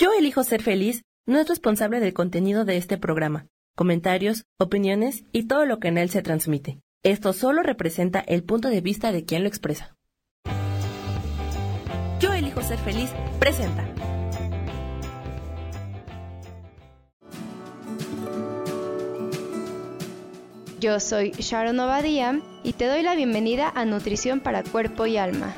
Yo elijo ser feliz no es responsable del contenido de este programa, comentarios, opiniones y todo lo que en él se transmite. Esto solo representa el punto de vista de quien lo expresa. Yo elijo ser feliz presenta. Yo soy Sharon Obadía y te doy la bienvenida a Nutrición para Cuerpo y Alma.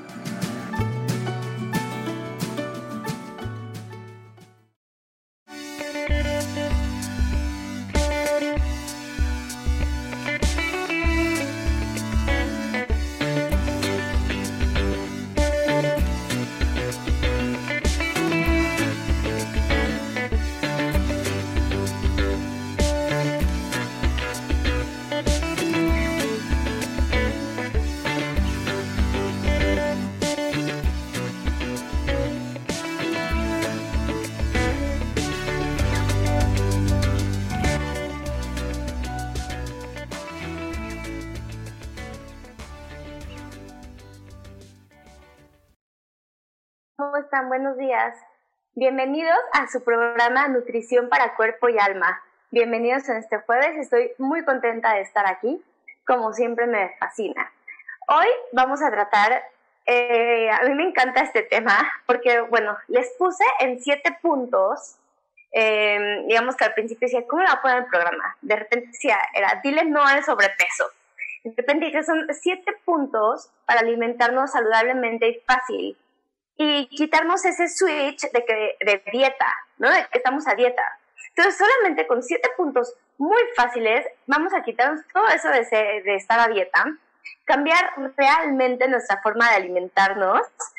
¿Cómo están? Buenos días. Bienvenidos a su programa Nutrición para Cuerpo y Alma. Bienvenidos en este jueves. Estoy muy contenta de estar aquí. Como siempre me fascina. Hoy vamos a tratar, a mí me encanta este tema porque, bueno, les puse en 7 puntos. Digamos que al principio decía, ¿cómo le voy a poner el programa? De repente decía, dile no al sobrepeso. De repente dije, son 7 puntos para alimentarnos saludablemente y fácil. Y quitarnos ese switch de dieta, ¿no? De que estamos a dieta. Entonces, solamente con 7 puntos muy fáciles, vamos a quitarnos todo eso de estar a dieta, cambiar realmente nuestra forma de alimentarnos,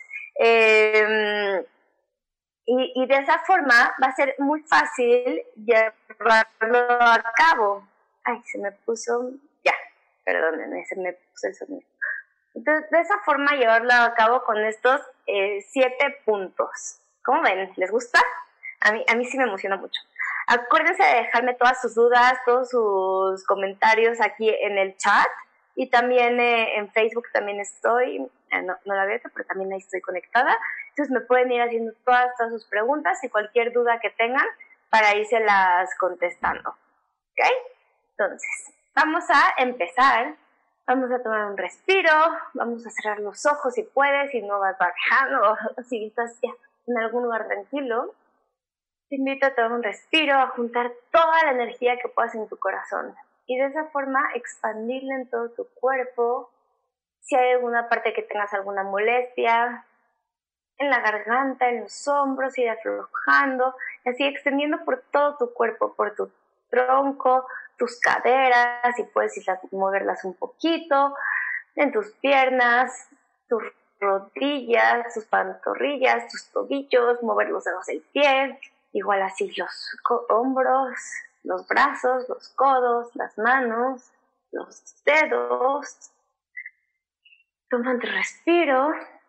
y de esa forma va a ser muy fácil llevarlo a cabo. Ay, se me puso, perdónenme, se me puso el sonido. Entonces, de esa forma llevarlo a cabo con estos 7 puntos. ¿Cómo ven? ¿Les gusta? A mí sí me emociona mucho. Acuérdense de dejarme todas sus dudas, todos sus comentarios aquí en el chat. Y también en Facebook también estoy, no la veo, pero también ahí estoy conectada. Entonces me pueden ir haciendo todas sus preguntas y cualquier duda que tengan para irselas contestando. ¿Ok? Entonces, vamos a empezar. Vamos a tomar un respiro, vamos a cerrar los ojos si puedes, si no vas bajando, si estás ya en algún lugar tranquilo. Te invito a tomar un respiro, a juntar toda la energía que puedas en tu corazón y de esa forma expandirla en todo tu cuerpo. Si hay alguna parte que tengas alguna molestia, en la garganta, en los hombros, ir aflojando, y así extendiendo por todo tu cuerpo, por tu tronco, tus caderas, y puedes ir a moverlas un poquito, en tus piernas, tus rodillas, tus pantorrillas, tus tobillos, mover los dedos del pie, igual así los hombros, los brazos, los codos, las manos, los dedos. Toma tu respiro.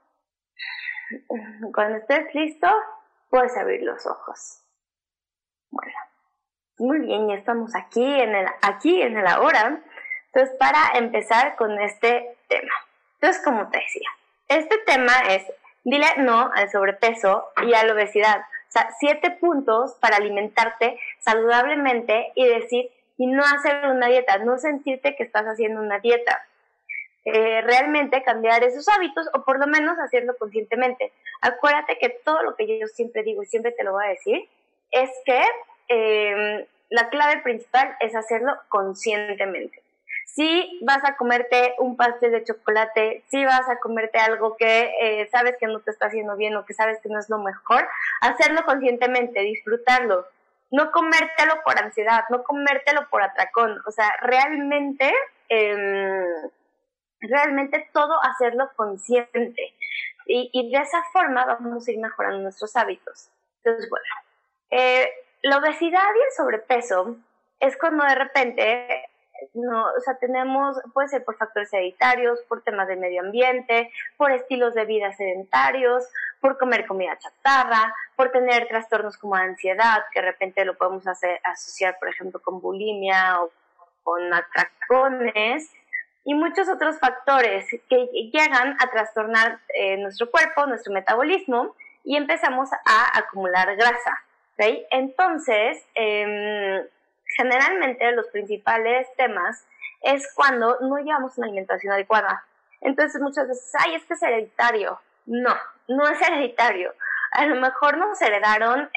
Cuando estés listo, puedes abrir los ojos. Bueno. Muy bien, ya estamos aquí en el ahora. Entonces, para empezar con este tema. Entonces, como te decía, este tema es, dile no al sobrepeso y a la obesidad. O sea, 7 puntos para alimentarte saludablemente y no hacer una dieta, no sentirte que estás haciendo una dieta. Realmente cambiar esos hábitos o por lo menos hacerlo conscientemente. Acuérdate que todo lo que yo siempre digo y siempre te lo voy a decir es que la clave principal es hacerlo conscientemente. Si vas a comerte un pastel de chocolate, si vas a comerte algo que sabes que no te está haciendo bien o que sabes que no es lo mejor, hacerlo conscientemente, disfrutarlo. No comértelo por ansiedad, no comértelo por atracón. O sea, realmente todo hacerlo consciente. Y de esa forma vamos a ir mejorando nuestros hábitos. Entonces, bueno, la obesidad y el sobrepeso es cuando de repente, puede ser por factores hereditarios, por temas de medio ambiente, por estilos de vida sedentarios, por comer comida chatarra, por tener trastornos como ansiedad, que de repente lo podemos asociar, por ejemplo, con bulimia o con atracones, y muchos otros factores que llegan a trastornar nuestro cuerpo, nuestro metabolismo, y empezamos a acumular grasa. ¿okay? Entonces, generalmente los principales temas es cuando no llevamos una alimentación adecuada. Entonces muchas veces, ay, es que es hereditario. No, no es hereditario. A lo mejor nos heredaron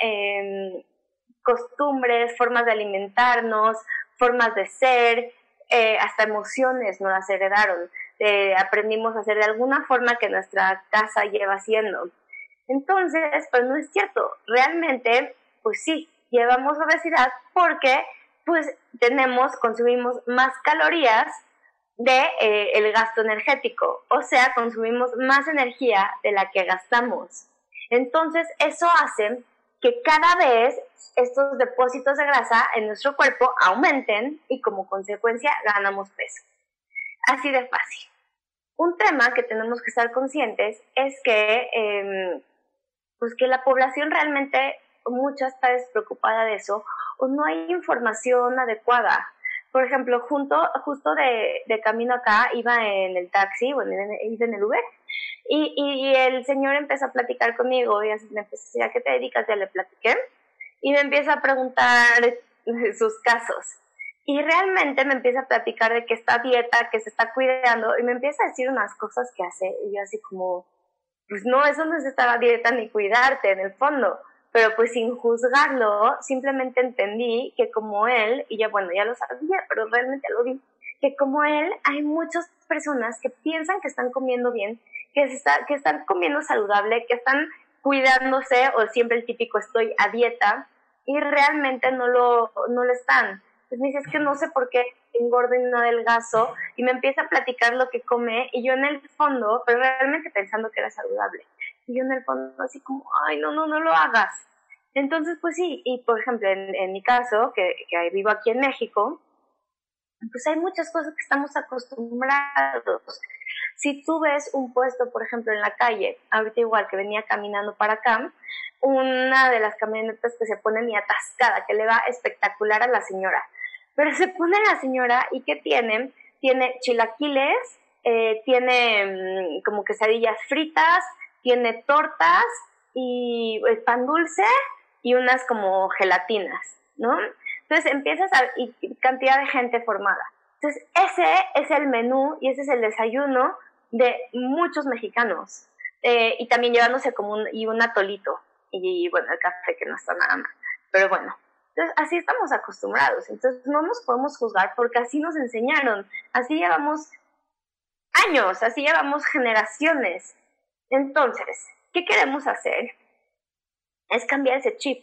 costumbres, formas de alimentarnos, formas de ser, hasta emociones nos las heredaron. Aprendimos a hacer de alguna forma que nuestra casa lleva haciendo. Entonces, pues no es cierto. Realmente, pues sí, llevamos obesidad porque pues consumimos más calorías de el gasto energético, o sea, consumimos más energía de la que gastamos. Entonces, eso hace que cada vez estos depósitos de grasa en nuestro cuerpo aumenten y como consecuencia ganamos peso. Así de fácil. Un tema que tenemos que estar conscientes es que, pues que la población realmente, mucha está despreocupada de eso, o no hay información adecuada. Por ejemplo, justo de camino acá, iba en el taxi, bueno, iba en el Uber, y el señor empezó a platicar conmigo, y me empezó a decir, ¿a qué te dedicas? Ya le platiqué, y me empieza a preguntar sus casos. Y realmente me empieza a platicar de que está a dieta, que se está cuidando, y me empieza a decir unas cosas que hace, y yo así como, pues no, eso no es estar a dieta ni cuidarte en el fondo. Pero pues sin juzgarlo, simplemente entendí que como él, y ya bueno, ya lo sabía, pero realmente lo vi, que como él hay muchas personas que piensan que están comiendo bien, que están comiendo saludable, que están cuidándose, o siempre el típico estoy a dieta, y realmente no lo están. Entonces me dice, es que no sé por qué engordo y no adelgazo, y me empieza a platicar lo que come, y yo en el fondo, pero realmente pensando que era saludable, y yo en el fondo así como, ay, no lo hagas. Entonces, pues sí, y por ejemplo, en mi caso, que vivo aquí en México, pues hay muchas cosas que estamos acostumbrados. Si tú ves un puesto, por ejemplo, en la calle, ahorita igual que venía caminando para acá, una de las camionetas que se pone ni atascada, que le va espectacular a la señora. Pero se pone la señora y ¿qué tiene? Tiene chilaquiles, tiene como quesadillas fritas, tiene tortas y pan dulce y unas como gelatinas, ¿no? Entonces empiezas y cantidad de gente formada. Entonces ese es el menú y ese es el desayuno de muchos mexicanos. Y también llevándose como un atolito y bueno, el café que no está nada mal. Pero bueno, entonces así estamos acostumbrados. Entonces no nos podemos juzgar porque así nos enseñaron. Así llevamos años, así llevamos generaciones. Entonces, ¿qué queremos hacer? Es cambiar ese chip.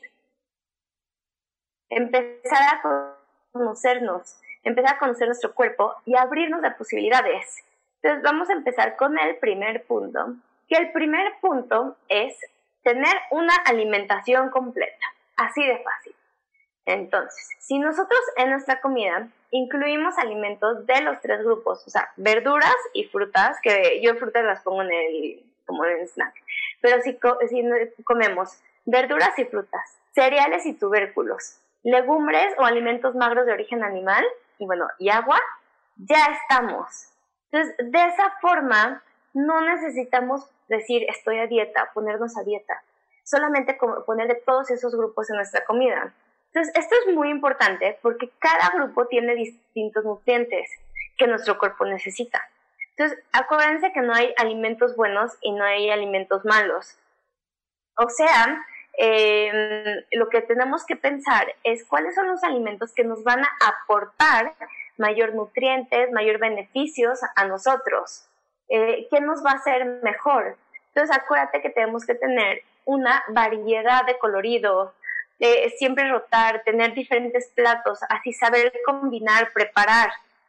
Empezar a conocernos, empezar a conocer nuestro cuerpo y abrirnos de posibilidades. Entonces vamos a empezar con el primer punto, que el primer punto es tener una alimentación completa, así de fácil. Entonces, si nosotros en nuestra comida incluimos alimentos de los 3 grupos, o sea, verduras y frutas, que yo frutas las pongo como en el snack, pero si comemos verduras y frutas, cereales y tubérculos, legumbres o alimentos magros de origen animal, y agua, ya estamos. Entonces, de esa forma, no necesitamos decir estoy a dieta, ponernos a dieta, solamente poner de todos esos grupos en nuestra comida. Entonces, esto es muy importante porque cada grupo tiene distintos nutrientes que nuestro cuerpo necesita. Entonces, acuérdense que no hay alimentos buenos y no hay alimentos malos. O sea, lo que tenemos que pensar es cuáles son los alimentos que nos van a aportar mayor nutrientes, mayor beneficios a nosotros. ¿Qué nos va a hacer mejor? Entonces, acuérdate que tenemos que tener una variedad de colorido, siempre rotar, tener diferentes platos, así saber combinar, preparar.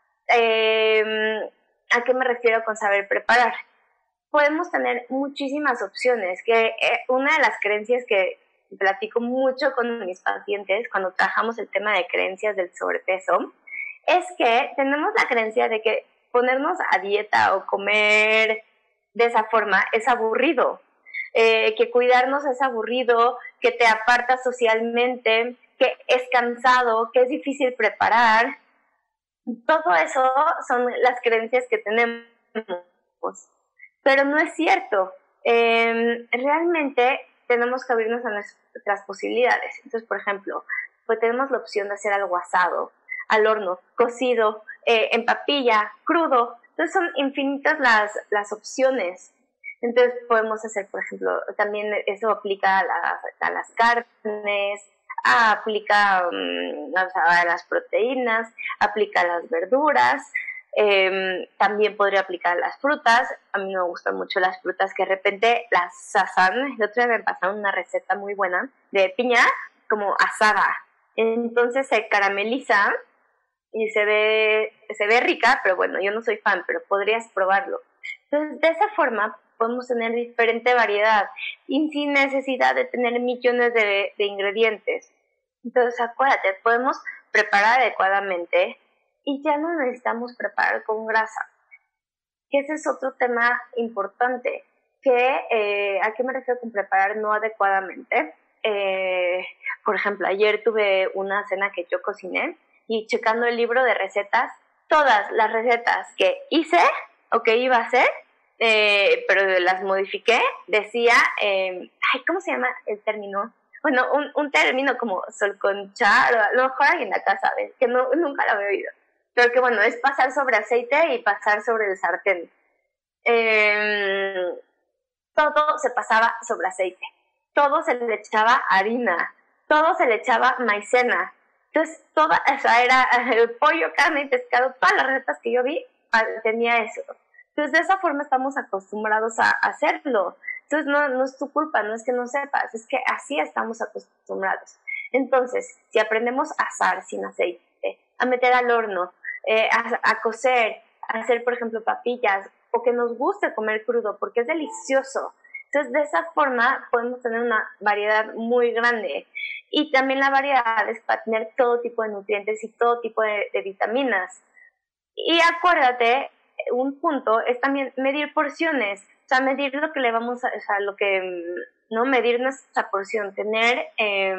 ¿A qué me refiero con saber preparar? Podemos tener muchísimas opciones, que una de las creencias que platico mucho con mis pacientes cuando trabajamos el tema de creencias del sobrepeso, es que tenemos la creencia de que ponernos a dieta o comer de esa forma es aburrido, que cuidarnos es aburrido, que te apartas socialmente, que es cansado, que es difícil preparar. Todo eso son las creencias que tenemos, pero no es cierto. Realmente tenemos que abrirnos a nuestras posibilidades. Entonces, por ejemplo, pues tenemos la opción de hacer algo asado, al horno, cocido, en papilla, crudo. Entonces son infinitas las opciones. Entonces podemos hacer, por ejemplo, también eso aplica a las carnes, aplica a las proteínas, aplica a las verduras, también podría aplicar a las frutas. A mí me gustan mucho las frutas que de repente las asan. El otro día me pasaron una receta muy buena de piña como asada. Entonces se carameliza y se ve rica, pero bueno, yo no soy fan, pero podrías probarlo. Entonces, de esa forma podemos tener diferente variedad y sin necesidad de tener millones de ingredientes. Entonces, acuérdate, podemos preparar adecuadamente y ya no necesitamos preparar con grasa. Que ese es otro tema importante. ¿A qué me refiero con preparar no adecuadamente? Por ejemplo, ayer tuve una cena que yo cociné y checando el libro de recetas, todas las recetas que hice o que iba a hacer, pero las modifiqué, decía, ¿cómo se llama el término? Bueno, un término como solconchar, o a lo mejor alguien acá sabe, que nunca lo había oído, pero que bueno, es pasar sobre aceite y pasar sobre el sartén. Todo se pasaba sobre aceite, todo se le echaba harina, todo se le echaba maicena. Entonces, era pollo, carne y pescado, todas las recetas que yo vi tenía eso. Entonces, de esa forma estamos acostumbrados a hacerlo. Entonces, no es tu culpa, no es que no sepas, es que así estamos acostumbrados. Entonces, si aprendemos a asar sin aceite, a meter al horno, a cocer, a hacer, por ejemplo, papillas, o que nos guste comer crudo, porque es delicioso. Entonces, de esa forma podemos tener una variedad muy grande. Y también la variedad es para tener todo tipo de nutrientes y todo tipo de vitaminas. Y acuérdate, un punto es también medir porciones. O sea, medir lo que le vamos a... O sea, medir nuestra porción. Tener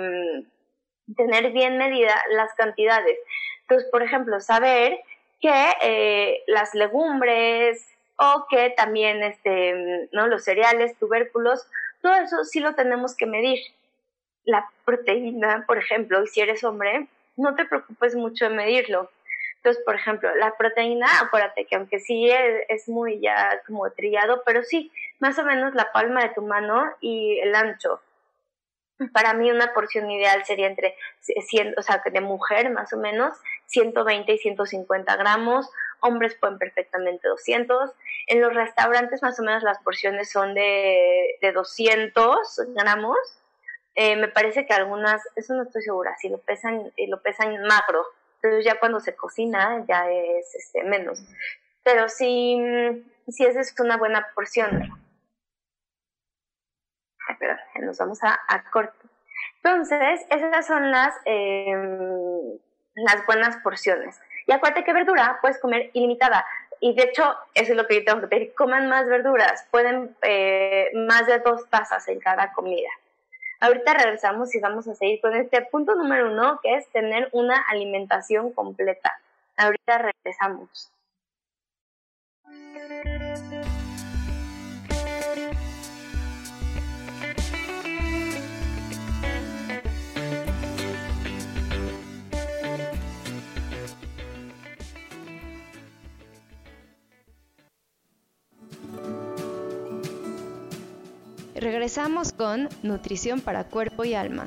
bien medida las cantidades. Entonces, por ejemplo, saber que las legumbres o que también los cereales, tubérculos, todo eso sí lo tenemos que medir. La proteína, por ejemplo, y si eres hombre, no te preocupes mucho en medirlo. Entonces, por ejemplo, la proteína, acuérdate que aunque sí es muy ya como trillado, pero sí, más o menos la palma de tu mano y el ancho. Para mí una porción ideal sería entre 100, o sea, de mujer más o menos, 120 y 150 gramos. Hombres pueden perfectamente 200. En los restaurantes más o menos las porciones son de 200 gramos. Me parece que algunas, eso no estoy segura, si lo pesan magro. Entonces ya cuando se cocina ya es menos. Pero sí esa es una buena porción. Perdón, nos vamos a corto. Entonces, esas son las buenas porciones. Y acuérdate que verdura puedes comer ilimitada. Y de hecho, eso es lo que yo tengo que pedir. Coman más verduras. Pueden más de 2 tazas en cada comida. Ahorita regresamos y vamos a seguir con este punto número 1, que es tener una alimentación completa. Ahorita regresamos. Regresamos con Nutrición para Cuerpo y Alma.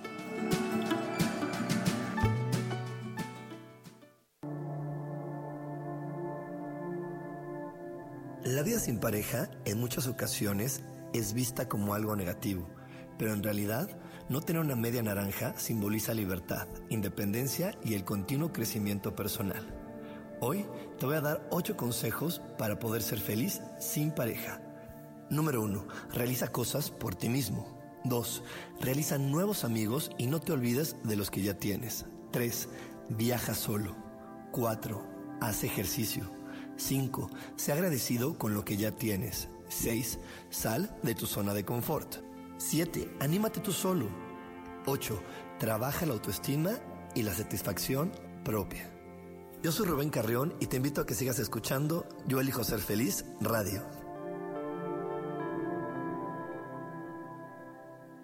La vida sin pareja, en muchas ocasiones, es vista como algo negativo, pero en realidad, no tener una media naranja simboliza libertad, independencia y el continuo crecimiento personal. Hoy te voy a dar 8 consejos para poder ser feliz sin pareja. Número 1. Realiza cosas por ti mismo. 2. Realiza nuevos amigos y no te olvides de los que ya tienes. 3. Viaja solo. 4. Haz ejercicio. 5. Sé agradecido con lo que ya tienes. 6. Sal de tu zona de confort. 7. Anímate tú solo. 8. Trabaja la autoestima y la satisfacción propia. Yo soy Rubén Carrión y te invito a que sigas escuchando Yo Elijo Ser Feliz Radio.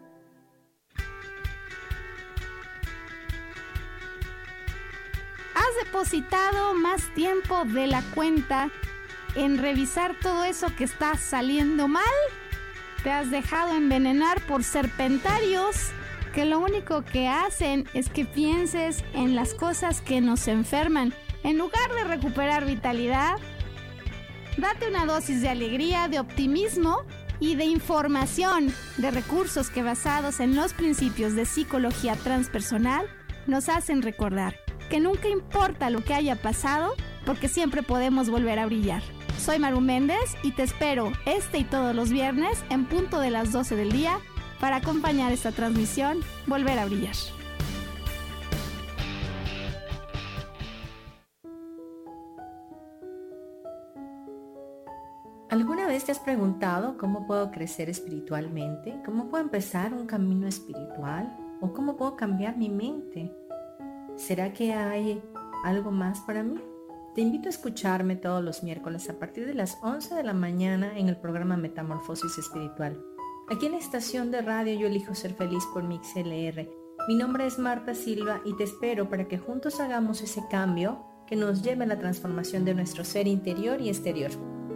has depositado más tiempo de la cuenta en revisar todo eso que está saliendo mal? ¿Te has dejado envenenar por serpentarios que lo único que hacen es que pienses en las cosas que nos enferman en lugar de recuperar vitalidad? Date una dosis de alegría, de optimismo y de información, de recursos que basados en los principios de psicología transpersonal nos hacen recordar que nunca importa lo que haya pasado, porque siempre podemos volver a brillar. Soy Maru Méndez y te espero este y todos los viernes en punto de las 12 del día para acompañar esta transmisión Volver a Brillar. ¿Alguna vez te has preguntado cómo puedo crecer espiritualmente? ¿Cómo puedo empezar un camino espiritual? ¿O cómo puedo cambiar mi mente? ¿Será que hay algo más para mí? Te invito a escucharme todos los miércoles a partir de las 11 de la mañana en el programa Metamorfosis Espiritual. Aquí en la estación de radio Yo Elijo Ser Feliz por MixLR. Mi nombre es Marta Silva y te espero para que juntos hagamos ese cambio que nos lleve a la transformación de nuestro ser interior y exterior.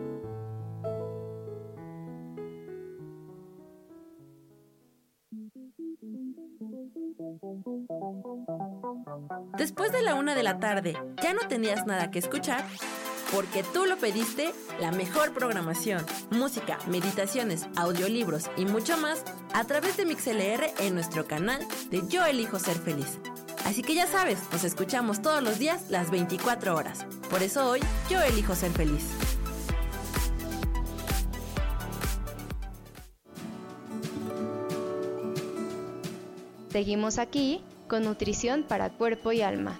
Después de la 1 de la tarde, ¿ya no tenías nada que escuchar? Porque tú lo pediste, la mejor programación, música, meditaciones, audiolibros y mucho más a través de MixLR en nuestro canal de Yo Elijo Ser Feliz. Así que ya sabes, nos escuchamos todos los días las 24 horas. Por eso hoy, yo elijo ser feliz. Seguimos aquí con nutrición para cuerpo y alma.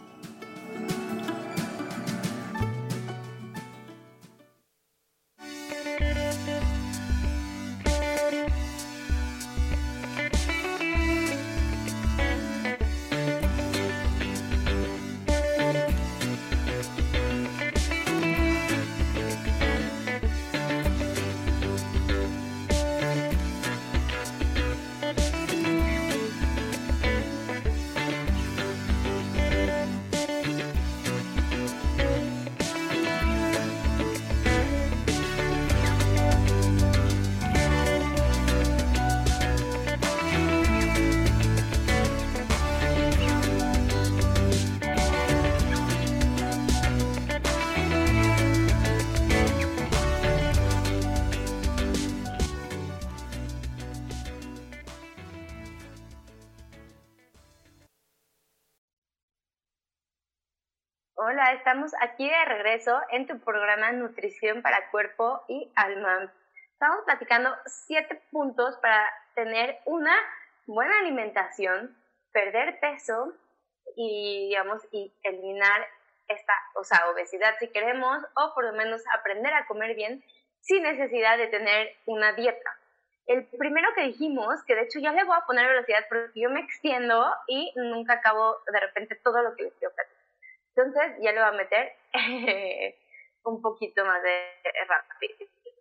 Hola, estamos aquí de regreso en tu programa Nutrición para Cuerpo y Alma. Estamos platicando 7 puntos para tener una buena alimentación, perder peso y eliminar esta, obesidad si queremos, o por lo menos aprender a comer bien sin necesidad de tener una dieta. El primero que dijimos, que de hecho ya le voy a poner velocidad porque yo me extiendo y nunca acabo de repente todo lo que les quiero platicar. Entonces ya le voy a meter un poquito más de rápido.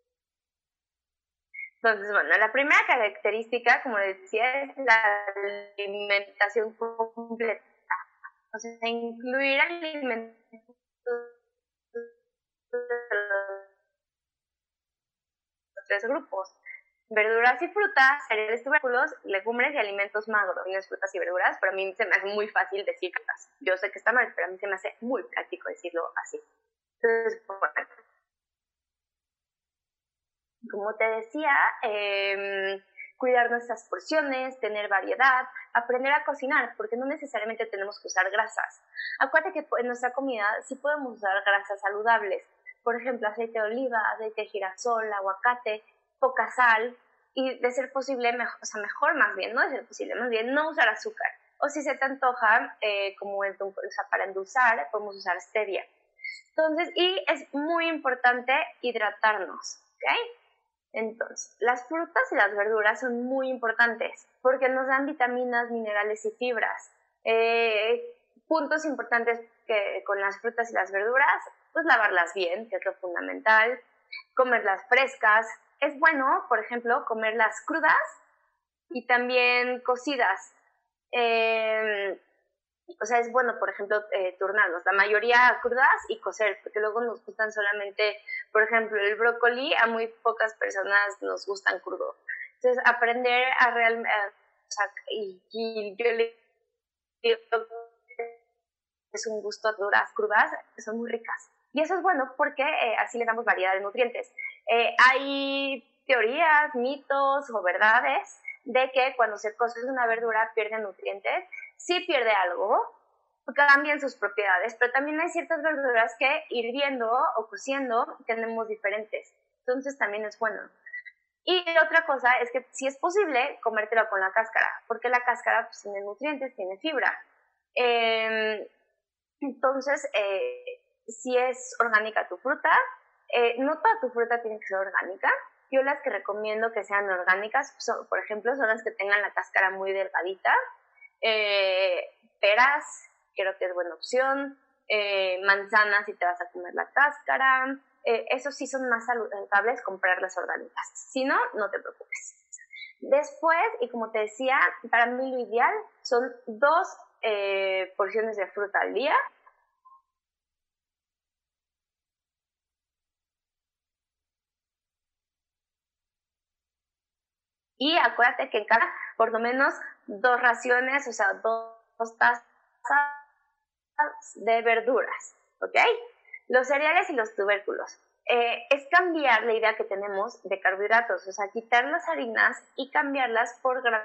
Entonces, bueno, la primera característica, como les decía, es la alimentación completa. O sea, incluir alimentos de los 3 grupos. Verduras y frutas, cereales, tubérculos, legumbres y alimentos magros. Tienes frutas y verduras, pero a mí se me hace muy fácil decir frutas. Yo sé que está mal, pero a mí se me hace muy práctico decirlo así. Entonces, bueno, como te decía, cuidar nuestras porciones, tener variedad, aprender a cocinar, porque no necesariamente tenemos que usar grasas. Acuérdate que en nuestra comida sí podemos usar grasas saludables. Por ejemplo, aceite de oliva, aceite de girasol, aguacate, poca sal, y de ser posible, mejor más bien, no de ser posible, más bien no usar azúcar. O si se te antoja, para endulzar, podemos usar stevia. Entonces, y es muy importante hidratarnos, ¿ok? Entonces, las frutas y las verduras son muy importantes porque nos dan vitaminas, minerales y fibras. Puntos importantes que con las frutas y las verduras, pues lavarlas bien, que es lo fundamental, comerlas frescas. Es bueno, por ejemplo, comerlas crudas y también cocidas. O sea, es bueno, por ejemplo, turnarnos, la mayoría crudas y cocer, porque luego nos gustan solamente, por ejemplo, el brócoli, a muy pocas personas nos gustan crudo. Entonces, aprender a realmente, o sea, y yo le digo que es un gusto a crudas, que son muy ricas. Y eso es bueno porque así le damos variedad de nutrientes. Hay teorías, mitos o verdades de que cuando se cose una verdura pierde nutrientes. Sí pierde algo, cambian sus propiedades, pero también hay ciertas verduras que hirviendo o cociendo tenemos diferentes. Entonces también es bueno. Y otra cosa es que si es posible, comértelo con la cáscara, porque la cáscara pues, tiene nutrientes, tiene fibra. Entonces, si es orgánica tu fruta, no toda tu fruta tiene que ser orgánica. Yo las que recomiendo que sean orgánicas, son, por ejemplo, son las que tengan la cáscara muy delgadita. Peras, creo que es buena opción. Manzanas, si te vas a comer la cáscara. Esos sí son más saludables comprar las orgánicas. Si no, no te preocupes. Después, y como te decía, para mí lo ideal son 2 porciones de fruta al día. Y acuérdate que en cada, por lo menos 2 raciones, o sea, 2 tazas de verduras, ¿ok? Los cereales y los tubérculos. Es cambiar la idea que tenemos de carbohidratos, o sea, quitar las harinas y cambiarlas por granos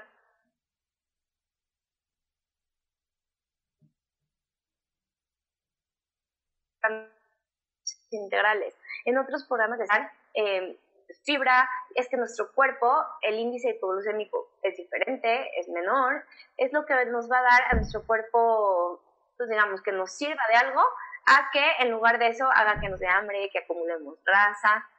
integrales. En otros programas de fibra, es que nuestro cuerpo, el índice hipoglucémico es diferente, es menor, es lo que nos va a dar a nuestro cuerpo, pues digamos, que nos sirva de algo, a que en lugar de eso haga que nos dé hambre, que acumulemos grasa.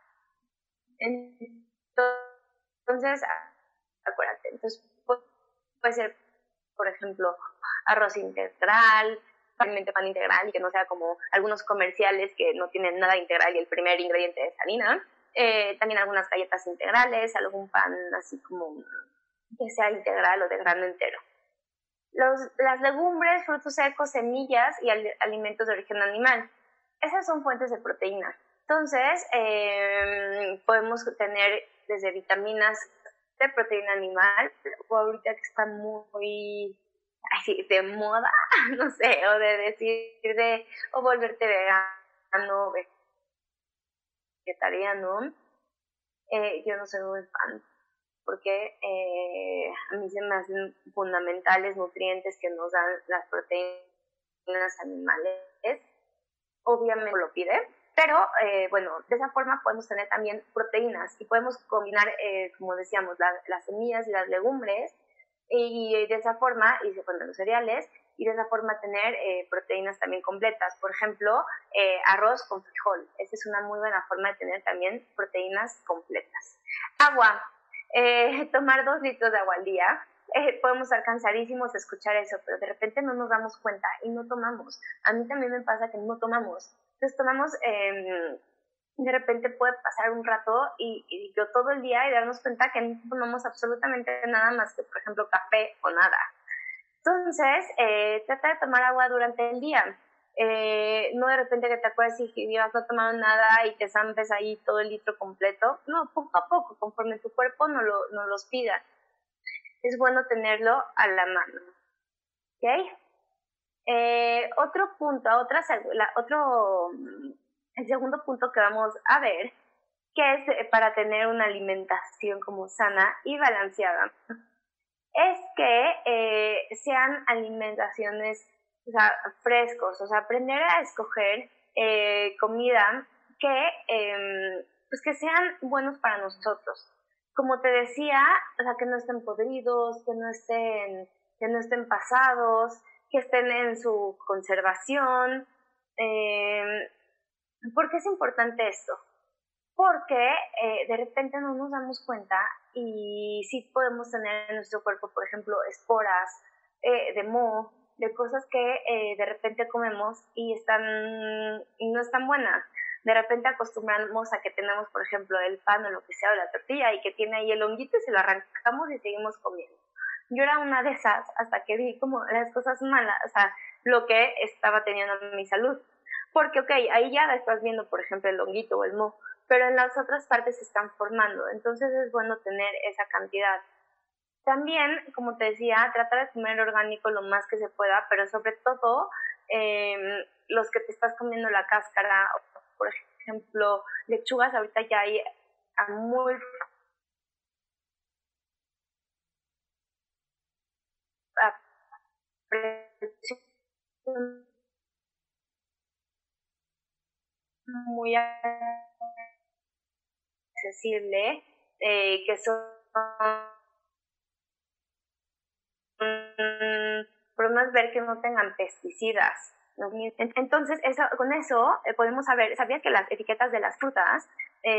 Entonces, acuérdate, entonces puede ser, por ejemplo, arroz integral, pan integral, y que no sea como algunos comerciales que no tienen nada integral y el primer ingrediente es harina. También algunas galletas integrales, algún pan así como que sea integral o de grano entero. Las legumbres, frutos secos, semillas y alimentos de origen animal. Esas son fuentes de proteína. Entonces, podemos tener desde vitaminas de proteína animal, o ahorita que está muy así, de moda, no sé, o de decir o volverte vegano, vegetariano. Yo no soy muy fan, porque a mí se me hacen fundamentales nutrientes que nos dan las proteínas animales. Obviamente lo pide, pero bueno, de esa forma podemos tener también proteínas y podemos combinar, como decíamos, las semillas y las legumbres y de esa forma, y se ponen los cereales, y de esa forma tener proteínas también completas. Por ejemplo, arroz con frijol. Esa es una muy buena forma de tener también proteínas completas. Agua. Tomar 2 litros de agua al día. Podemos estar cansadísimos de escuchar eso, pero de repente no nos damos cuenta y no tomamos. A mí también me pasa que no tomamos. Entonces tomamos, de repente puede pasar un rato y yo todo el día y darnos cuenta que no tomamos absolutamente nada más que, por ejemplo, café o nada. Entonces, trata de tomar agua durante el día. No de repente que te acuerdas y llevas no tomado nada y te zampes ahí todo el litro completo. No, poco a poco, conforme tu cuerpo no los pida. Es bueno tenerlo a la mano. ¿Ok? Otro punto, el segundo punto que vamos a ver, que es para tener una alimentación como sana y balanceada, es que sean alimentaciones, o sea, frescos, o sea, aprender a escoger comida pues que sean buenos para nosotros. Como te decía, o sea, que no estén podridos, que no estén pasados, que estén en su conservación. ¿Por qué es importante esto? Porque de repente no nos damos cuenta y sí podemos tener en nuestro cuerpo, por ejemplo, esporas de moho, de cosas que de repente comemos y no están buenas. De repente acostumbramos a que tenemos, por ejemplo, el pan o lo que sea, o la tortilla, y que tiene ahí el honguito y se lo arrancamos y seguimos comiendo. Yo era una de esas hasta que vi como las cosas malas, o sea, lo que estaba teniendo mi salud. Porque, ok, ahí ya la estás viendo, por ejemplo, el honguito o el moho, pero en las otras partes se están formando, entonces es bueno tener esa cantidad. También, como te decía, tratar de comer orgánico lo más que se pueda, pero sobre todo los que te estás comiendo la cáscara, por ejemplo, lechugas, ahorita ya hay a muy muy accesible, que son podemos ver que no tengan pesticidas. Entonces, con eso podemos saber, ¿sabías que las etiquetas de las frutas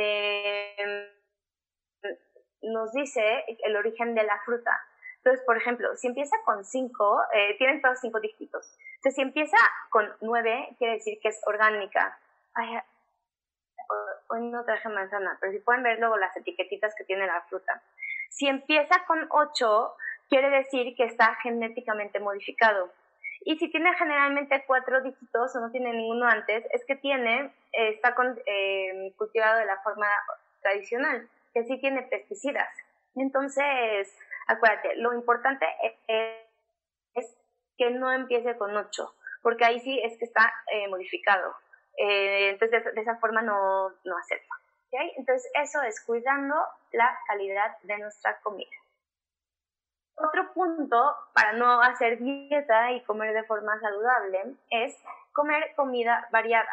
nos dice el origen de la fruta? Entonces, por ejemplo, si empieza con 5, tienen todos 5 dígitos. Entonces, si empieza con 9, quiere decir que es orgánica. Ay, hoy no traje manzana, pero si pueden ver luego las etiquetitas que tiene la fruta. Si empieza con 8, quiere decir que está genéticamente modificado. Y si tiene generalmente 4 dígitos o no tiene ninguno antes, es que está cultivado de la forma tradicional, que sí tiene pesticidas. Entonces, acuérdate, lo importante es que no empiece con 8, porque ahí sí es que está modificado. Entonces, de esa forma no hacerlo. ¿Okay? Entonces, eso es cuidando la calidad de nuestra comida. Otro punto para no hacer dieta y comer de forma saludable es comer comida variada.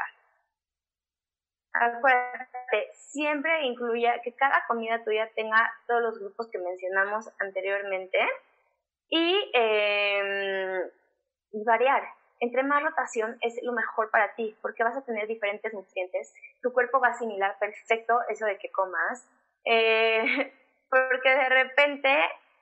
Acuérdate, siempre incluya que cada comida tuya tenga todos los grupos que mencionamos anteriormente y variar. Entre más rotación es lo mejor para ti, porque vas a tener diferentes nutrientes, tu cuerpo va a asimilar perfecto eso de que comas, porque de repente,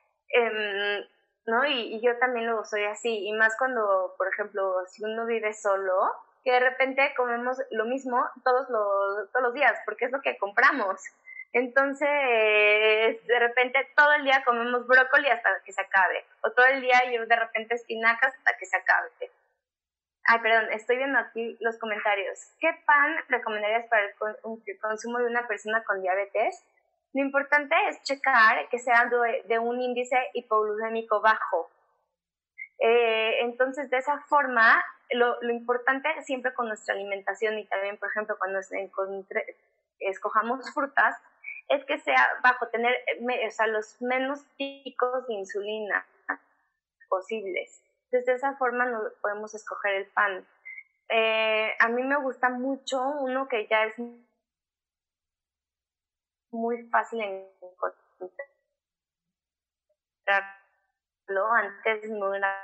¿no? Y yo también lo soy así, y más cuando, por ejemplo, si uno vive solo, que de repente comemos lo mismo todos los días, porque es lo que compramos. Entonces, de repente todo el día comemos brócoli hasta que se acabe, o todo el día yo de repente espinacas hasta que se acabe. Ay, perdón, estoy viendo aquí los comentarios. ¿Qué pan recomendarías para el consumo de una persona con diabetes? Lo importante es checar que sea de un índice hipoglucémico bajo. Entonces, de esa forma, lo importante siempre con nuestra alimentación y también, por ejemplo, cuando escojamos frutas, es que sea bajo, tener los menos picos de insulina posibles. Entonces, de esa forma no podemos escoger el pan. A mí me gusta mucho uno que ya es muy fácil encontrarlo. Antes no era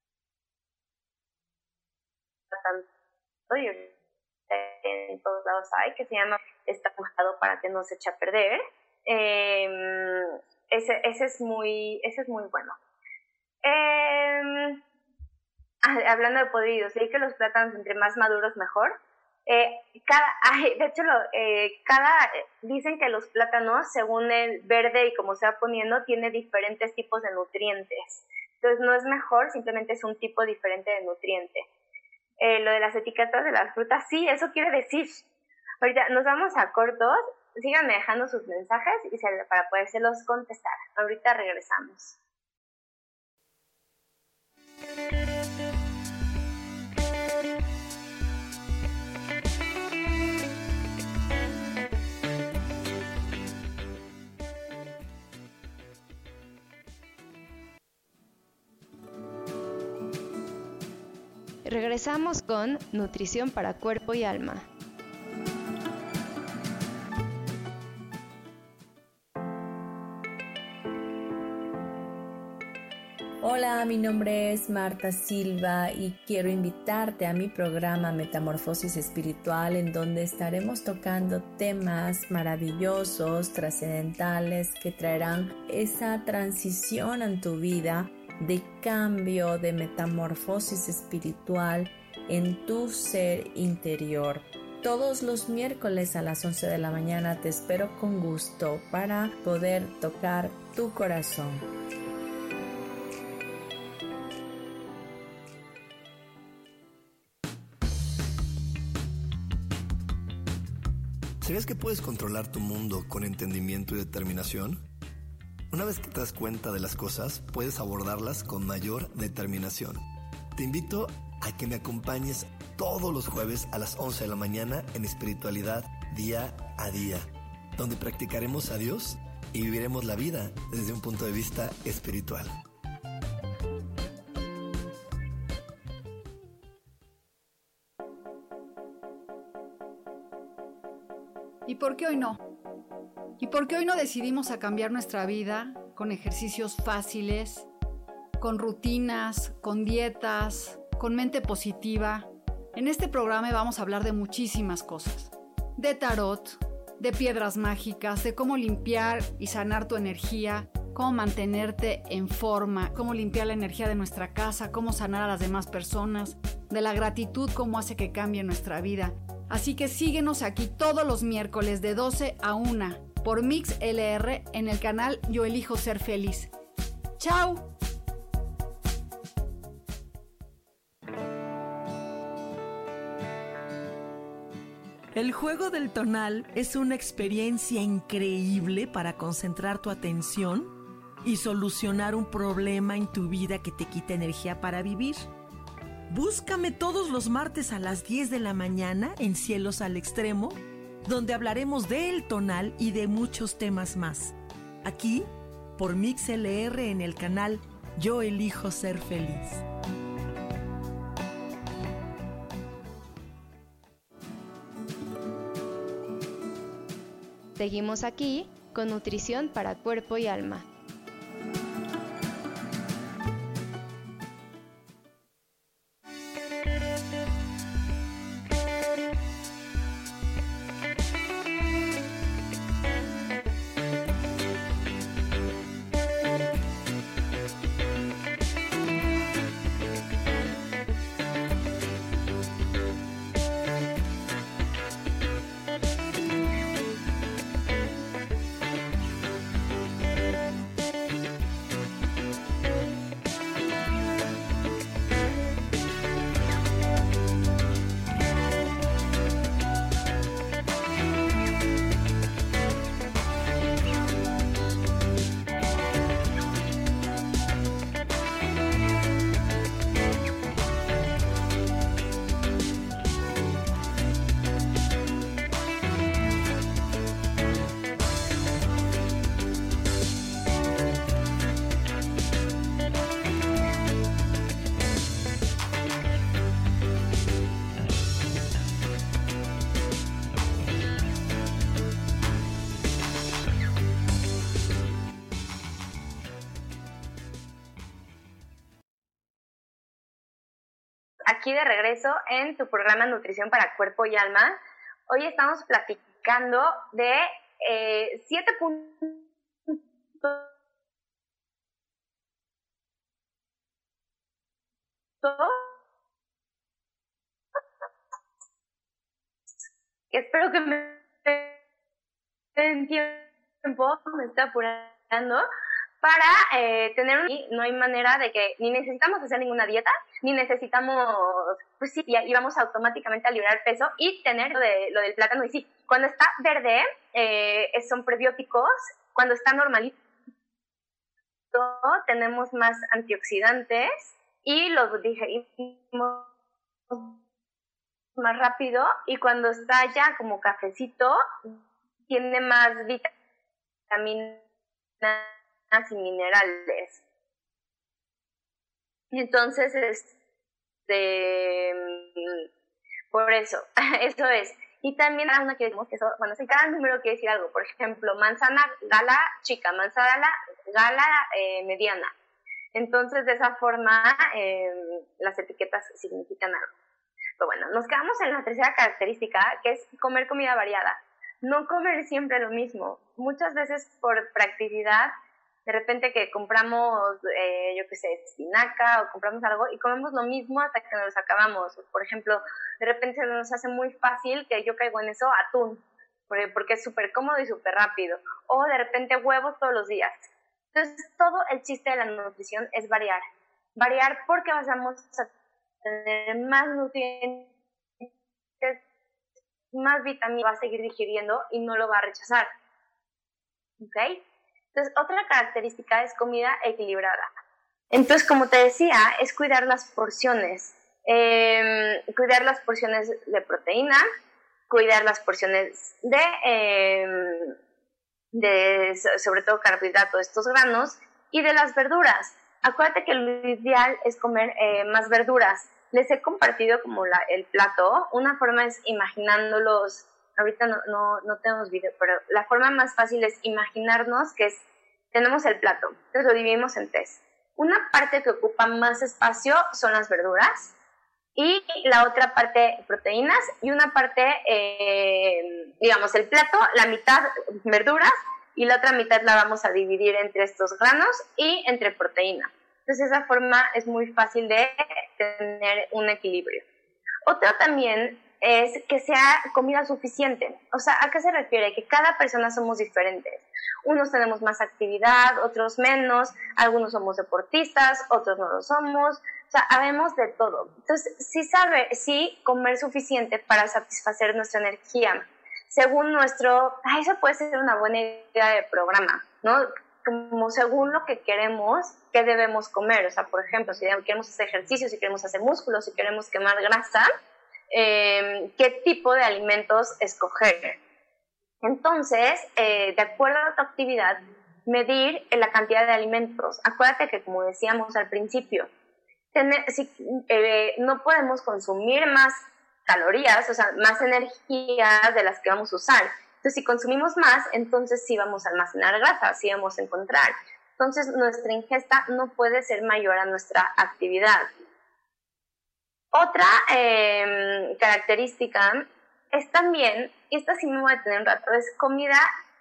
tanto, y en todos lados hay, que se llama está ajustado para que no se eche a perder. Ese es muy bueno. Hablando de podridos, sé que los plátanos entre más maduros mejor. Dicen que los plátanos, según el verde y como se va poniendo, tiene diferentes tipos de nutrientes. Entonces no es mejor, simplemente es un tipo diferente de nutriente. Lo de las etiquetas de las frutas, sí, eso quiere decir. Ahorita nos vamos a cortos, síganme dejando sus mensajes para podérselos contestar. Ahorita regresamos. Regresamos con Nutrición para Cuerpo y Alma. Hola, mi nombre es Marta Silva y quiero invitarte a mi programa Metamorfosis Espiritual, en donde estaremos tocando temas maravillosos, trascendentales, que traerán esa transición en tu vida de cambio, de metamorfosis espiritual en tu ser interior. Todos los miércoles a las 11 de la mañana te espero con gusto para poder tocar tu corazón. ¿Sabías que puedes controlar tu mundo con entendimiento y determinación? Una vez que te das cuenta de las cosas, puedes abordarlas con mayor determinación. Te invito a que me acompañes todos los jueves a las 11 de la mañana en Espiritualidad Día a Día, donde practicaremos a Dios y viviremos la vida desde un punto de vista espiritual. ¿Y por qué hoy no? ¿Y por qué hoy no decidimos a cambiar nuestra vida con ejercicios fáciles, con rutinas, con dietas, con mente positiva? En este programa vamos a hablar de muchísimas cosas. De tarot, de piedras mágicas, de cómo limpiar y sanar tu energía, cómo mantenerte en forma, cómo limpiar la energía de nuestra casa, cómo sanar a las demás personas, de la gratitud, cómo hace que cambie nuestra vida. Así que síguenos aquí todos los miércoles de 12 a 1 por MixLR en el canal Yo Elijo Ser Feliz. ¡Chao! El juego del tonal es una experiencia increíble para concentrar tu atención y solucionar un problema en tu vida que te quita energía para vivir. Búscame todos los martes a las 10 de la mañana en Cielos al Extremo, donde hablaremos del tonal y de muchos temas más. Aquí, por MixLR en el canal Yo Elijo Ser Feliz. Seguimos aquí con nutrición para cuerpo y alma. Aquí de regreso en tu programa Nutrición para Cuerpo y Alma. Hoy estamos platicando de 7 puntos que espero que me den tiempo, me estoy apurando, para tener no hay manera de que ni necesitamos hacer ninguna dieta, ni necesitamos, pues sí, y vamos automáticamente a liberar peso y tener lo del plátano. Y sí, cuando está verde son prebióticos, cuando está normalito tenemos más antioxidantes y los digerimos más rápido, y cuando está ya como cafecito tiene más vitaminas y minerales. Entonces, por eso es. Y también una que decimos que eso, bueno, si cada número quiere decir algo. Por ejemplo, manzana gala chica, manzana gala mediana. Entonces, de esa forma, las etiquetas significan algo. Pero bueno, nos quedamos en la tercera característica, que es comer comida variada. No comer siempre lo mismo. Muchas veces por practicidad, de repente que compramos, espinaca o compramos algo y comemos lo mismo hasta que nos acabamos. Por ejemplo, de repente se nos hace muy fácil, que yo caigo en eso, atún, porque es súper cómodo y súper rápido. O de repente huevos todos los días. Entonces, todo el chiste de la nutrición es variar. Variar porque vamos a tener más nutrientes más vitamina va a seguir digiriendo y no lo va a rechazar. ¿Ok? Entonces, otra característica es comida equilibrada. Entonces, como te decía, es cuidar las porciones. Cuidar las porciones de proteína, cuidar las porciones de sobre todo carbohidratos, estos granos, y de las verduras. Acuérdate que lo ideal es comer más verduras. Les he compartido como el plato. Una forma es imaginándolos. Ahorita no tenemos video, pero la forma más fácil es imaginarnos que tenemos el plato. Entonces lo dividimos en 3. Una parte que ocupa más espacio son las verduras, y la otra parte proteínas, y una parte, digamos, el plato, la mitad verduras, y la otra mitad la vamos a dividir entre estos granos y entre proteína. Entonces esa forma es muy fácil de tener un equilibrio. Otra también es que sea comida suficiente. O sea, ¿a qué se refiere? Que cada persona somos diferentes. Unos tenemos más actividad, otros menos, algunos somos deportistas, otros no lo somos. O sea, habemos de todo. Entonces, sí comer suficiente para satisfacer nuestra energía. Según eso puede ser una buena idea de programa, ¿no? Como según lo que queremos, ¿qué debemos comer? O sea, por ejemplo, si queremos hacer ejercicio, si queremos hacer músculo, si queremos quemar grasa, ¿qué tipo de alimentos escoger? Entonces, de acuerdo a tu actividad, medir la cantidad de alimentos. Acuérdate que, como decíamos al principio, no podemos consumir más calorías, o sea, más energía de las que vamos a usar. Entonces, si consumimos más, entonces sí vamos a almacenar grasa, sí vamos a encontrar. Entonces, nuestra ingesta no puede ser mayor a nuestra actividad. Otra característica es también, y esta sí me voy a tener un rato, es comida,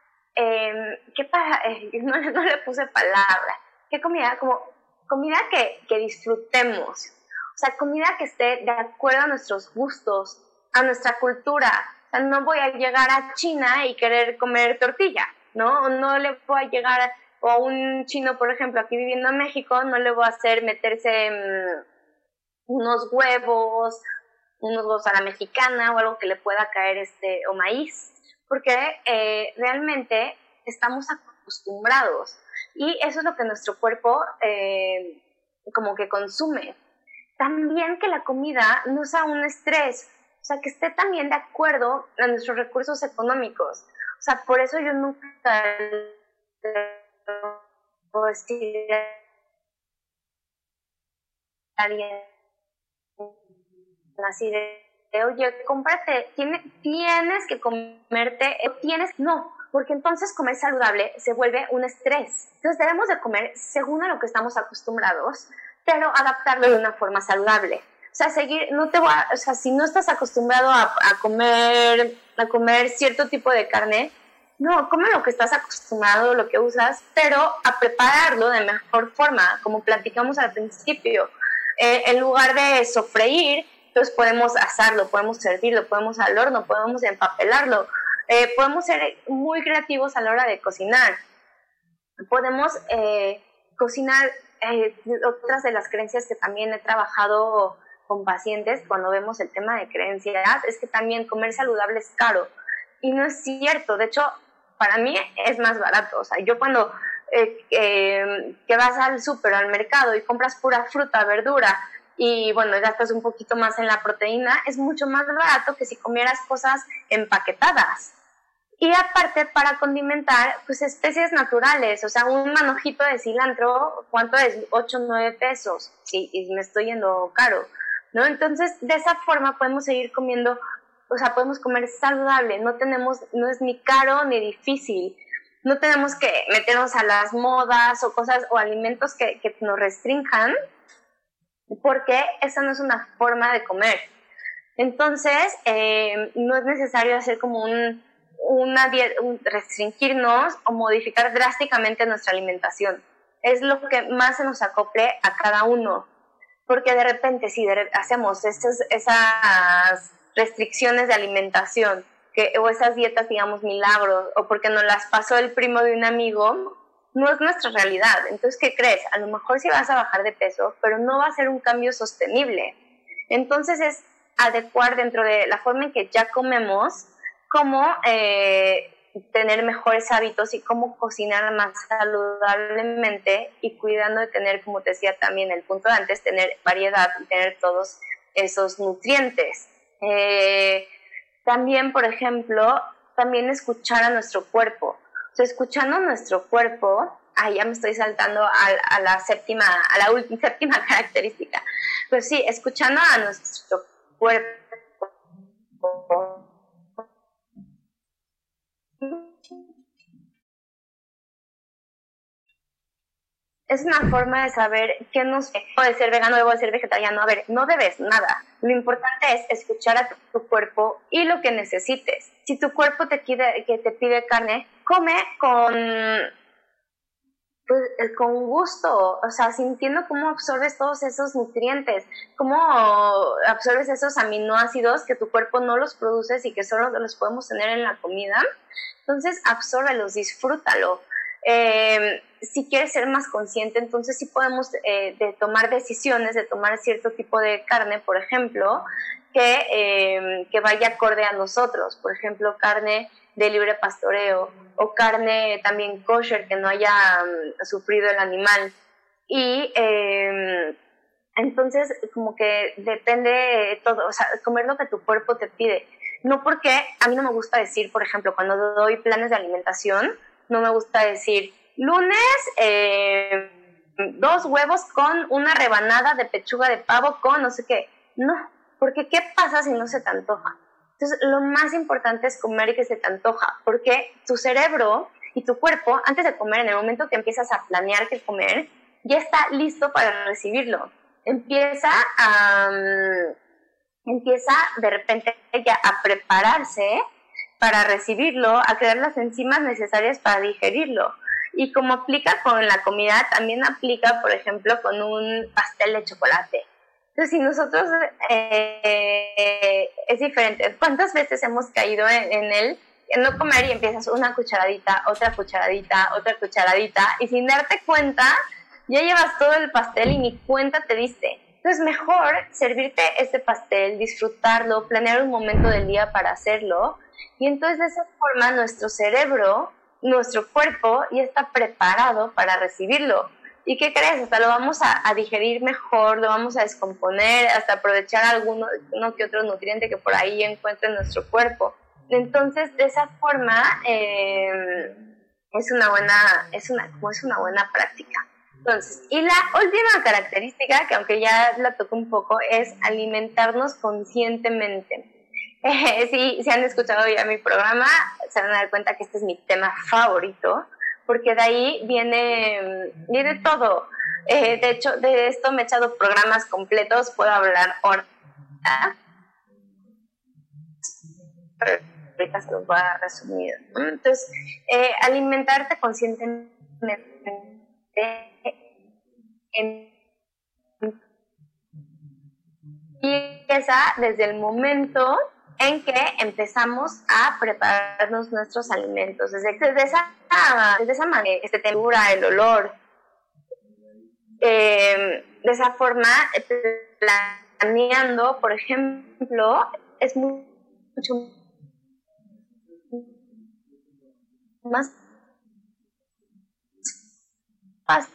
no le puse palabra, ¿qué comida? Como comida que disfrutemos, o sea, comida que esté de acuerdo a nuestros gustos, a nuestra cultura. O sea, no voy a llegar a China y querer comer tortilla, ¿no? No le voy a llegar a un chino, por ejemplo, aquí viviendo en México, no le voy a hacer meterse unos huevos a la mexicana o algo que le pueda caer o maíz, porque realmente estamos acostumbrados y eso es lo que nuestro cuerpo como que consume. También que la comida no sea un estrés, o sea, que esté también de acuerdo a nuestros recursos económicos. O sea, por eso yo nunca puedo decir a alguien así de oye, cómprate, tienes que comerte, no, porque entonces comer saludable se vuelve un estrés. Entonces debemos de comer según a lo que estamos acostumbrados, pero adaptarlo de una forma saludable. O sea, si no estás acostumbrado a comer cierto tipo de carne, no, come lo que estás acostumbrado, lo que usas, pero a prepararlo de mejor forma, como platicamos al principio. En lugar de sofreír, entonces podemos asarlo, podemos servirlo, podemos al horno, podemos empapelarlo, podemos ser muy creativos a la hora de cocinar. Podemos cocinar, otras de las creencias que también he trabajado con pacientes cuando vemos el tema de creencias, es que también comer saludable es caro. Y no es cierto, de hecho, para mí es más barato. O sea, yo cuando que vas al súper o al mercado y compras pura fruta, verdura, y bueno, gastas un poquito más en la proteína, es mucho más barato que si comieras cosas empaquetadas. Y aparte, para condimentar, pues especies naturales, o sea, un manojito de cilantro, ¿cuánto es? 8 o 9 pesos, sí, y me estoy yendo caro, ¿no? Entonces, de esa forma podemos seguir comiendo, o sea, podemos comer saludable, no es ni caro ni difícil, no tenemos que meternos a las modas o cosas o alimentos que nos restrinjan, porque esa no es una forma de comer. Entonces, no es necesario hacer como una dieta, restringirnos o modificar drásticamente nuestra alimentación. Es lo que más se nos acople a cada uno, porque de repente si hacemos esas restricciones de alimentación o esas dietas, digamos, milagros, o porque nos las pasó el primo de un amigo, no es nuestra realidad. Entonces, ¿qué crees? A lo mejor sí vas a bajar de peso, pero no va a ser un cambio sostenible. Entonces es adecuar dentro de la forma en que ya comemos, cómo tener mejores hábitos y cómo cocinar más saludablemente y cuidando de tener, como te decía también el punto de antes, tener variedad y tener todos esos nutrientes. También, por ejemplo, también escuchar a nuestro cuerpo. O sea, escuchando nuestro cuerpo, ya me estoy saltando a la séptima característica. Pero sí, escuchando a nuestro cuerpo, es una forma de saber qué nos puede ser vegano, debo de ser vegetariano. A ver, no debes nada. Lo importante es escuchar a tu cuerpo y lo que necesites. Si tu cuerpo te pide carne, come con gusto, o sea, sintiendo cómo absorbes todos esos nutrientes, cómo absorbes esos aminoácidos que tu cuerpo no los produce y que solo los podemos tener en la comida. Entonces, absórbelos, disfrútalo. Si quieres ser más consciente, entonces sí podemos de tomar decisiones, de tomar cierto tipo de carne, por ejemplo, que vaya acorde a nosotros. Por ejemplo, carne de libre pastoreo o carne también kosher, que no haya sufrido el animal. Y entonces como que depende todo, o sea, comer lo que tu cuerpo te pide. No, porque a mí no me gusta decir, por ejemplo, cuando doy planes de alimentación, no me gusta decir lunes 2 huevos con una rebanada de pechuga de pavo con no sé qué. No, porque ¿qué pasa si no se te antoja? Entonces, lo más importante es comer y que se te antoja, porque tu cerebro y tu cuerpo, antes de comer, en el momento que empiezas a planear qué comer, ya está listo para recibirlo. Empieza de repente ya a prepararse para recibirlo, a crear las enzimas necesarias para digerirlo. Y como aplica con la comida, también aplica, por ejemplo, con un pastel de chocolate. Entonces, si nosotros es diferente. ¿Cuántas veces hemos caído en no comer y empiezas una cucharadita, otra cucharadita, otra cucharadita, y sin darte cuenta, ya llevas todo el pastel y ni cuenta te diste? Entonces, mejor servirte este pastel, disfrutarlo, planear un momento del día para hacerlo, y entonces de esa forma nuestro cerebro, nuestro cuerpo ya está preparado para recibirlo. ¿Y qué crees? Hasta lo vamos a digerir mejor, lo vamos a descomponer, hasta aprovechar uno que otro nutriente que por ahí encuentra en nuestro cuerpo. Entonces, de esa forma, es una buena práctica. Entonces, y la última característica, que aunque ya la toco un poco, es alimentarnos conscientemente. Si han escuchado ya mi programa, se van a dar cuenta que este es mi tema favorito, porque de ahí viene todo. De hecho, de esto me he echado programas completos, puedo hablar ahora. Pero ahorita se los voy a resumir. Entonces, alimentarte conscientemente empieza desde el momento en que empezamos a prepararnos nuestros alimentos, desde esa manera, textura, el olor, de esa forma, planeando, por ejemplo, es mucho más fácil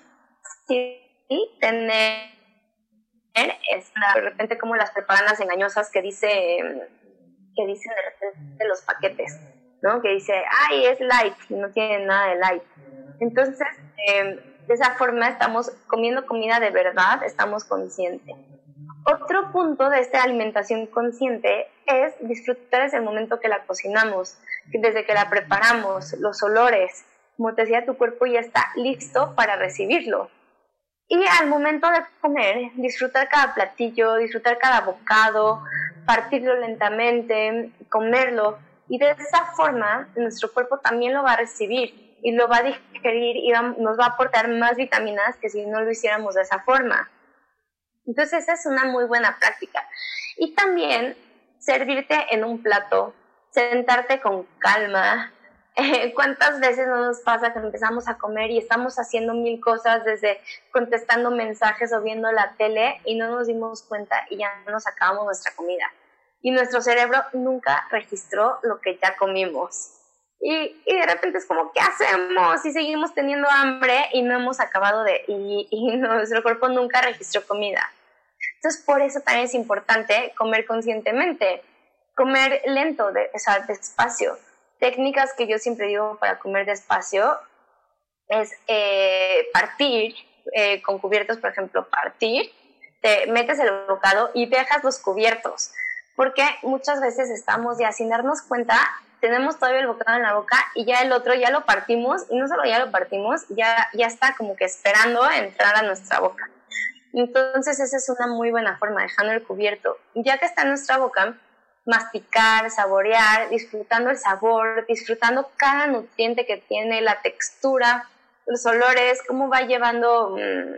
tener de repente como las propagandas engañosas que dicen de repente los paquetes, ¿no? Que dice, ay, es light, y no tiene nada de light. Entonces, de esa forma estamos comiendo comida de verdad, estamos conscientes. Otro punto de esta alimentación consciente es disfrutar desde el momento que la cocinamos, desde que la preparamos, los olores. Como te decía, tu cuerpo ya está listo para recibirlo. Y al momento de comer, disfrutar cada platillo, disfrutar cada bocado, partirlo lentamente, comerlo. Y de esa forma, nuestro cuerpo también lo va a recibir y lo va a digerir y nos va a aportar más vitaminas que si no lo hiciéramos de esa forma. Entonces, esa es una muy buena práctica. Y también servirte en un plato, sentarte con calma. ¿Cuántas veces no nos pasa que empezamos a comer y estamos haciendo 1000 cosas, desde contestando mensajes o viendo la tele, y no nos dimos cuenta y ya nos acabamos nuestra comida? y nuestro cerebro nunca registró lo que ya comimos. Y de repente es como, ¿qué hacemos si seguimos teniendo hambre y no hemos acabado y nuestro cuerpo nunca registró comida? Entonces, por eso también es importante comer conscientemente, comer lento, despacio. Técnicas que yo siempre digo para comer despacio es partir con cubiertos, por ejemplo, partir, te metes el bocado y dejas los cubiertos, porque muchas veces estamos ya sin darnos cuenta, tenemos todavía el bocado en la boca y ya el otro ya lo partimos, y no solo ya lo partimos, ya está como que esperando entrar a nuestra boca. Entonces esa es una muy buena forma, dejando el cubierto. Ya que está en nuestra boca, masticar, saborear, disfrutando el sabor, disfrutando cada nutriente que tiene, la textura, los olores, cómo va llevando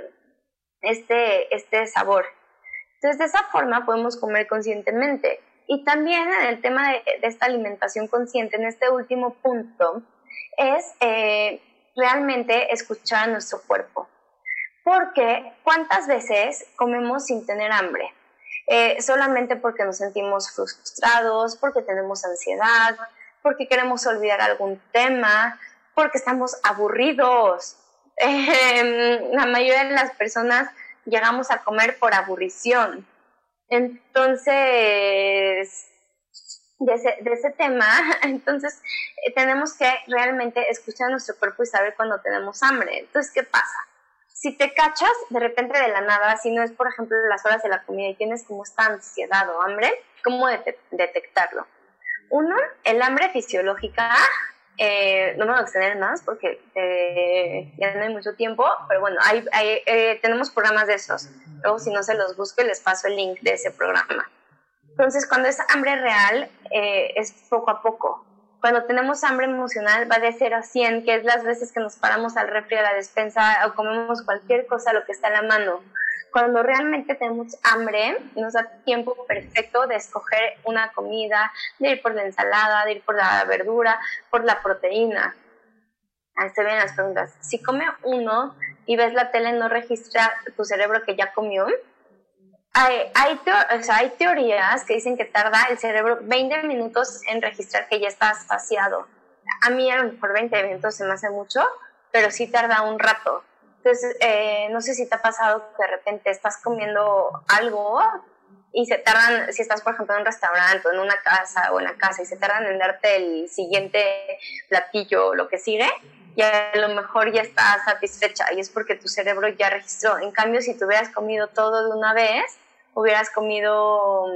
este sabor. Entonces, de esa forma podemos comer conscientemente. Y también en el tema de esta alimentación consciente, en este último punto, es realmente escuchar a nuestro cuerpo. Porque, ¿cuántas veces comemos sin tener hambre? Solamente porque nos sentimos frustrados, porque tenemos ansiedad, porque queremos olvidar algún tema, porque estamos aburridos. La mayoría de las personas llegamos a comer por aburrición. Entonces, de ese tema, entonces tenemos que realmente escuchar a nuestro cuerpo y saber cuando tenemos hambre. Entonces, ¿qué pasa? Si te cachas de repente de la nada, si no es, por ejemplo, las horas de la comida y tienes como esta ansiedad o hambre, ¿cómo detectarlo? Uno, el hambre fisiológica. No me voy a extender más porque ya no hay mucho tiempo, pero bueno, tenemos programas de esos. Luego, si no se los busco, les paso el link de ese programa. Entonces, cuando es hambre real, es poco a poco. Cuando tenemos hambre emocional, va de 0 a 100, que es las veces que nos paramos al refri, a la despensa, o comemos cualquier cosa, lo que está a la mano. Cuando realmente tenemos hambre, nos da tiempo perfecto de escoger una comida, de ir por la ensalada, de ir por la verdura, por la proteína. Ahí se ven las preguntas. Si come uno y ves la tele, no registra tu cerebro que ya comió. Hay teorías que dicen que tarda el cerebro 20 minutos en registrar que ya estás saciado. A mí a lo mejor 20 minutos se me hace mucho, pero sí tarda un rato. Entonces, no sé si te ha pasado que de repente estás comiendo algo y se tardan, si estás por ejemplo en un restaurante o en una casa o en la casa y se tardan en darte el siguiente platillo o lo que sigue, y a lo mejor ya estás satisfecha y es porque tu cerebro ya registró. En cambio, si tú hubieras comido todo de una vez, hubieras comido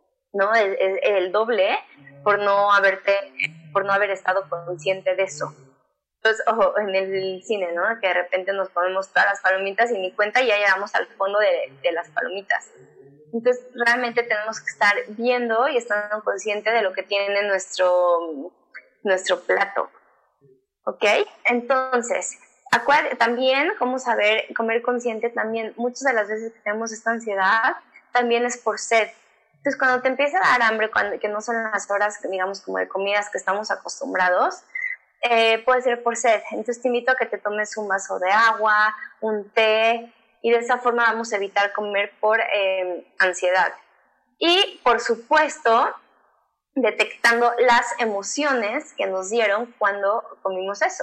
el doble por no haber estado consciente de eso. Entonces, ojo, en el cine, ¿no? Que de repente nos comemos todas las palomitas y ni cuenta y ya llegamos al fondo de las palomitas. Entonces, realmente tenemos que estar viendo y estando consciente de lo que tiene nuestro plato. ¿Ok? Entonces, también, ¿cómo saber comer consciente? También, muchas de las veces que tenemos esta ansiedad, también es por sed. Entonces, cuando te empieza a dar hambre, que no son las horas, digamos, como de comidas que estamos acostumbrados, puede ser por sed. Entonces, te invito a que te tomes un vaso de agua, un té, y de esa forma vamos a evitar comer por ansiedad. Y, por supuesto, detectando las emociones que nos dieron cuando comimos eso.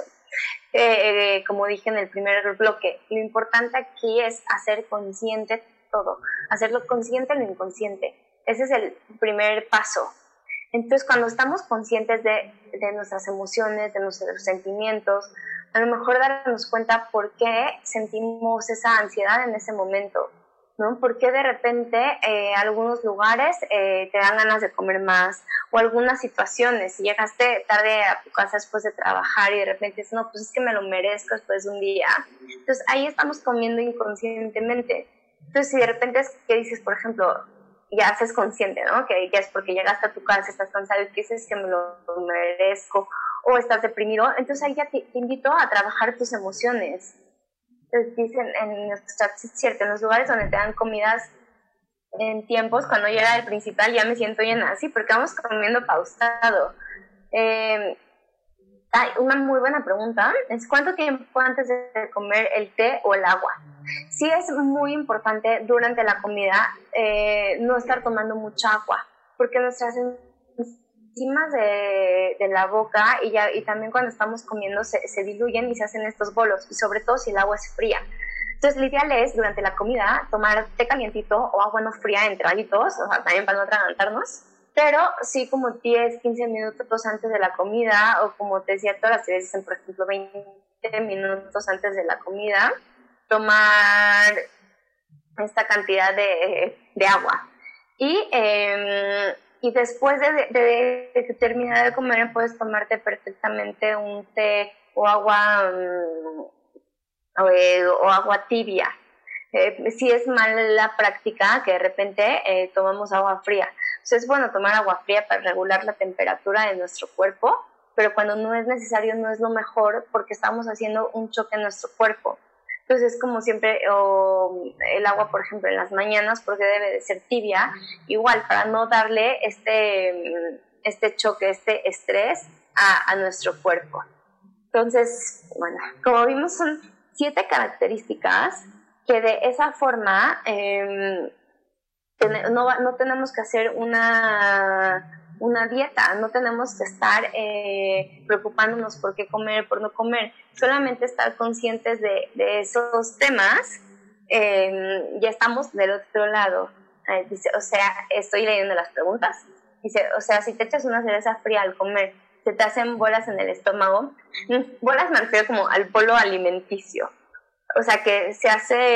Como dije en el primer bloque, lo importante aquí es hacer consciente todo, hacerlo consciente lo inconsciente. Ese es el primer paso. Entonces, cuando estamos conscientes de nuestras emociones, de nuestros sentimientos, a lo mejor darnos cuenta por qué sentimos esa ansiedad en ese momento, ¿no? ¿Por qué de repente algunos lugares te dan ganas de comer más? O algunas situaciones, si llegaste tarde a tu casa después de trabajar y de repente dices, no, pues es que me lo merezco después de un día. Entonces, ahí estamos comiendo inconscientemente. Entonces, si de repente es que dices, por ejemplo, ya haces consciente, ¿no? Que ya es porque llegaste a tu casa, estás cansado y dices que me lo merezco, o estás deprimido, entonces ahí ya te invito a trabajar tus emociones. Entonces dicen en los chats, es cierto, en los lugares donde te dan comidas en tiempos, cuando yo era el principal ya me siento llena, así porque vamos comiendo pausado. Una muy buena pregunta es ¿cuánto tiempo antes de comer el té o el agua? Sí es muy importante durante la comida no estar tomando mucha agua. porque nuestras enzimas de la boca y también cuando estamos comiendo se diluyen y se hacen estos bolos, y sobre todo si el agua es fría. Entonces, lo ideal es, durante la comida, tomar té calientito o agua no fría en traguitos, o sea, también para no atragantarnos, pero sí como 10, 15 minutos antes de la comida, o como te decía, todas las veces, por ejemplo, 20 minutos antes de la comida, tomar esta cantidad de agua. Y después de terminar de comer, puedes tomarte perfectamente un té o agua o agua tibia. Si es mala práctica que de repente tomamos agua fría. Entonces es bueno tomar agua fría para regular la temperatura de nuestro cuerpo, pero cuando no es necesario no es lo mejor porque estamos haciendo un choque en nuestro cuerpo. Entonces, como siempre, el agua, por ejemplo, en las mañanas, porque debe de ser tibia, igual, para no darle este choque, este estrés a nuestro cuerpo. Entonces, bueno, como vimos, son 7 características que de esa forma no tenemos que hacer una dieta, no tenemos que estar preocupándonos por qué comer, por no comer, solamente estar conscientes de esos temas. Ya estamos del otro lado. Dice, o sea, estoy leyendo las preguntas. Dice, o sea, si te echas una cerveza fría al comer, se te hacen bolas en el estómago. Bolas me refiero como al bolo alimenticio. O sea, que se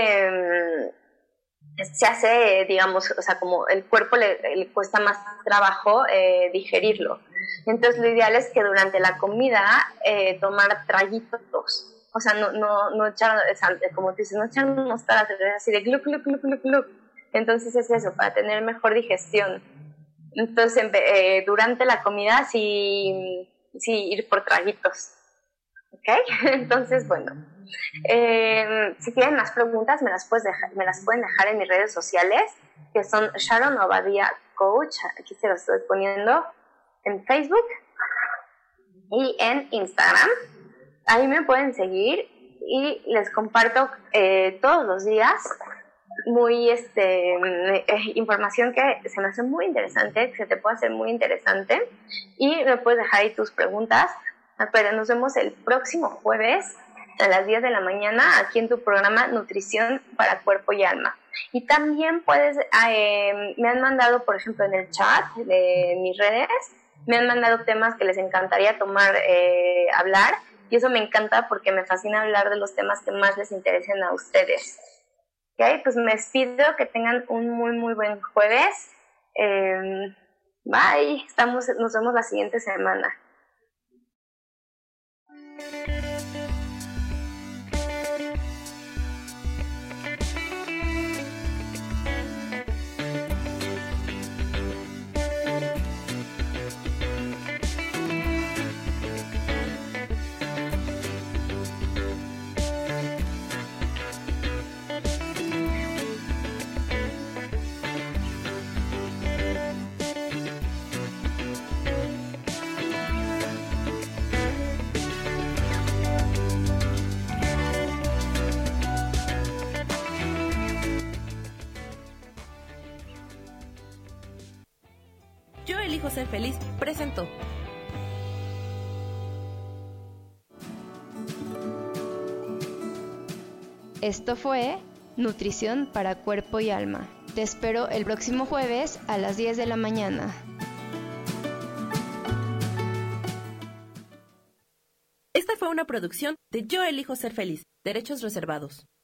hace, digamos, o sea, como el cuerpo le cuesta más trabajo digerirlo. Entonces, lo ideal es que durante la comida tomar traguitos. O sea, no echar, como tú dices, no echarnos todas las cervezas así de gluc, gluc, gluc, gluc, gluc. Entonces, es eso, para tener mejor digestión. Entonces, durante la comida, sí ir por traguitos. ¿Ok? Entonces, bueno. Si tienen más preguntas me las pueden dejar en mis redes sociales, que son Sharon Obadia Coach. Aquí se los estoy poniendo en Facebook y en Instagram. Ahí me pueden seguir y les comparto todos los días información que se me hace muy interesante, que se te puede hacer muy interesante, y me puedes dejar ahí tus preguntas. Pero nos vemos el próximo jueves a las 10 de la mañana aquí en tu programa Nutrición para Cuerpo y Alma. Y también me han mandado, por ejemplo, en el chat de mis redes, me han mandado temas que les encantaría hablar, y eso me encanta porque me fascina hablar de los temas que más les interesen a ustedes. ¿Ok? Pues me despido, que tengan un muy, muy buen jueves. Bye, nos vemos la siguiente semana. Yo elijo ser feliz presentó. Esto fue Nutrición para Cuerpo y Alma. Te espero el próximo jueves a las 10 de la mañana. Esta fue una producción de Yo elijo ser feliz. Derechos reservados.